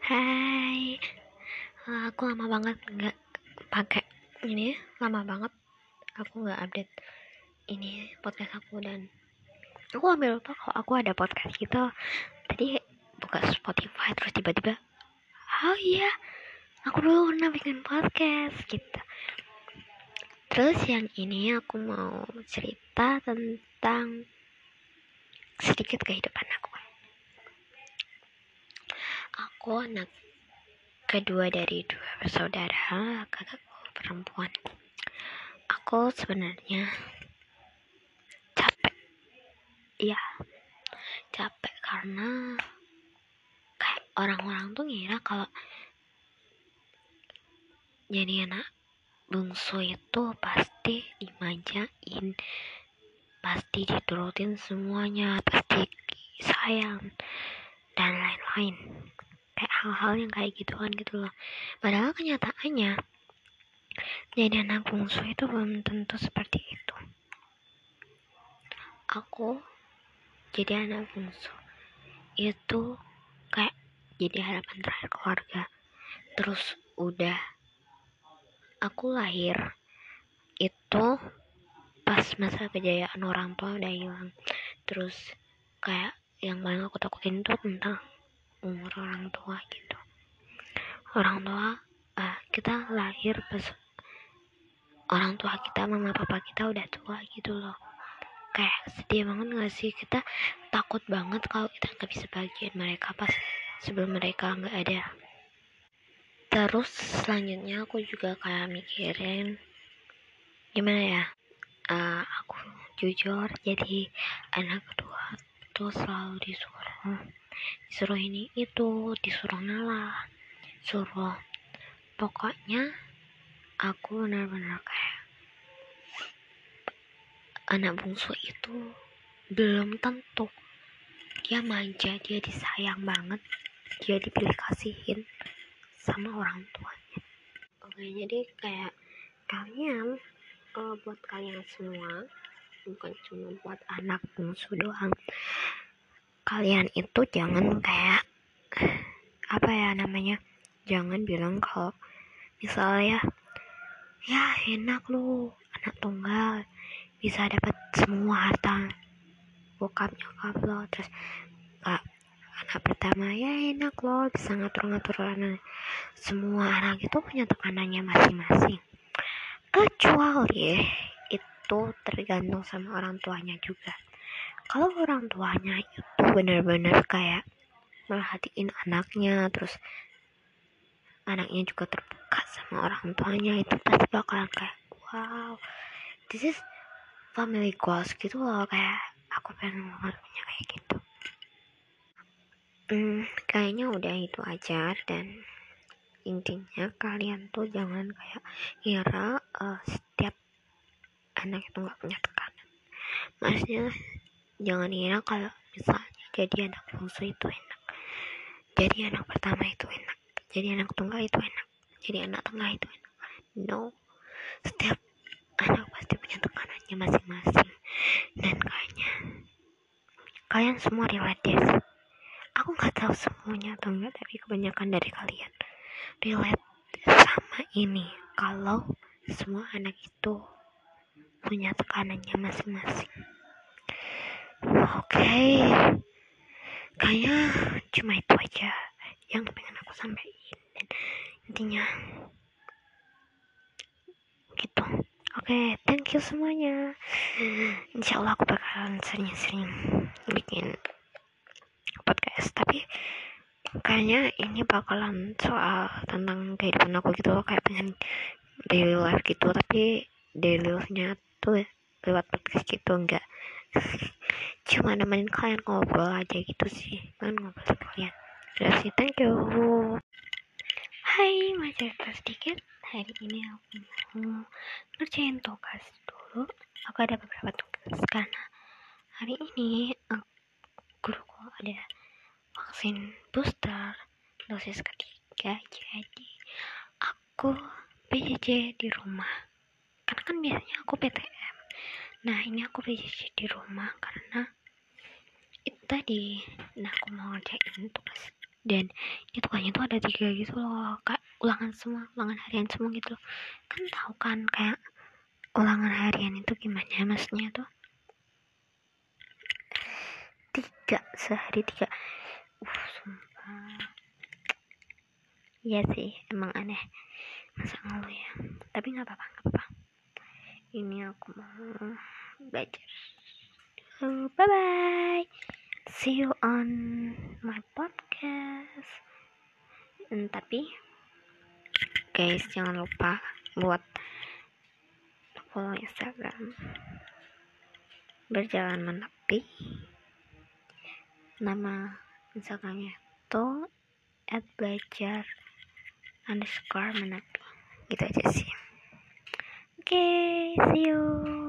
Hai, aku lama banget nggak pakai ini, lama banget aku nggak update ini podcast aku, dan aku ambil lupa kalau aku ada podcast gitu. Tadi buka Spotify terus tiba-tiba, oh iya, aku dulu pernah bikin podcast gitu. Terus yang ini aku mau cerita tentang sedikit kehidupan aku. Aku anak kedua dari dua bersaudara, kakakku perempuan. Aku sebenarnya capek karena kayak orang-orang tuh ngira kalau jadi anak bungsu itu pasti dimanjain, pasti diturutin semuanya, pasti sayang dan lain-lain, kayak hal-hal yang kayak gituan gitu loh. Padahal kenyataannya jadi anak bungsu itu belum tentu seperti itu. Aku jadi anak bungsu itu kayak jadi harapan terakhir keluarga. Terus udah aku lahir itu pas masa kejayaan orang tua udah hilang. Terus kayak yang paling aku takutin tuh tentang umur orang tua gitu. Orang tua kita lahir pas orang tua kita, mama papa kita udah tua gitu loh. Kayak sedih banget gak sih? Kita takut banget kalau kita gak bisa bagian mereka pas sebelum mereka gak ada. Terus selanjutnya aku juga kayak mikirin gimana ya, aku jujur jadi anak kedua tuh selalu disuruh ini itu, disuruh ngalah, suruh, pokoknya aku benar-benar kayak anak bungsu itu belum tentu dia manja, dia disayang banget, dia dipilih kasihin sama orang tuanya. Oke, jadi kayak kalian, buat kalian semua, bukan cuma buat anak bungsu doang, kalian itu jangan kayak jangan bilang kalau misalnya ya enak lu anak tunggal bisa dapat semua harta bokap nyokap lo, terus anak pertama ya enak lo bisa ngatur-ngatur anak. Semua anak itu punya tekanannya masing-masing, kecuali itu tergantung sama orang tuanya juga. Kalau orang tuanya itu benar-benar kayak merhatiin anaknya, terus anaknya juga terbuka sama orang tuanya, itu pasti bakalan kayak wow, this is family goals gitu loh. Kayak aku pengen banget punya kayak gitu. Kayaknya udah itu aja, dan intinya kalian tuh jangan kayak ngira setiap anak itu nggak punya tekanan. Maksudnya jangan ngira kalau misalnya jadi anak bungsu itu enak, jadi anak pertama itu enak, jadi anak tunggal itu enak, jadi anak tengah itu enak. No, setiap anak pasti punya tekanannya masing-masing, dan kayaknya kalian semua relate deh. Aku nggak tahu semuanya atau enggak, tapi kebanyakan dari kalian relate sama ini, kalau semua anak itu punya tekanannya masing-masing. Oke, kayaknya cuma itu aja yang pengen aku sampaikan, dan intinya gitu. Oke, thank you semuanya. Insyaallah aku bakalan sering-sering bikin podcast, tapi kayaknya ini bakalan soal tentang kehidupan aku gitu loh, kayak pengen daily life gitu, tapi daily life-nya tuh lewat podcast gitu, enggak cuma nemenin kalian ngobrol aja gitu sih, kan ngobrol sama kalian. Udah sih, thank you. Hai, mau cerita sedikit. Hari ini aku mau ngerjain tugas dulu. Aku ada beberapa tugas karena hari ini guruku ada vaksin booster dosis ketiga, jadi aku PJJ di rumah. Karena kan biasanya aku PTM. Nah, ini aku PJJ di rumah karena itu tadi. Nah, aku mau ngerjain tugas dan itu kayaknya tuh ada 3 gitu loh, kayak ulangan harian semua gitu loh. Kan tahu kan kayak ulangan harian itu gimana maksudnya tuh 3 sehari 3. Sumpah. Iya sih, emang aneh masa ngeluh ya, tapi nggak apa-apa. Ini aku mau belajar. Bye bye, see you on my podcast. Tapi guys, jangan lupa buat follow Instagram berjalan menepi. Nama Instagramnya tuh @belajar_menepi gitu aja sih. Oke, see you.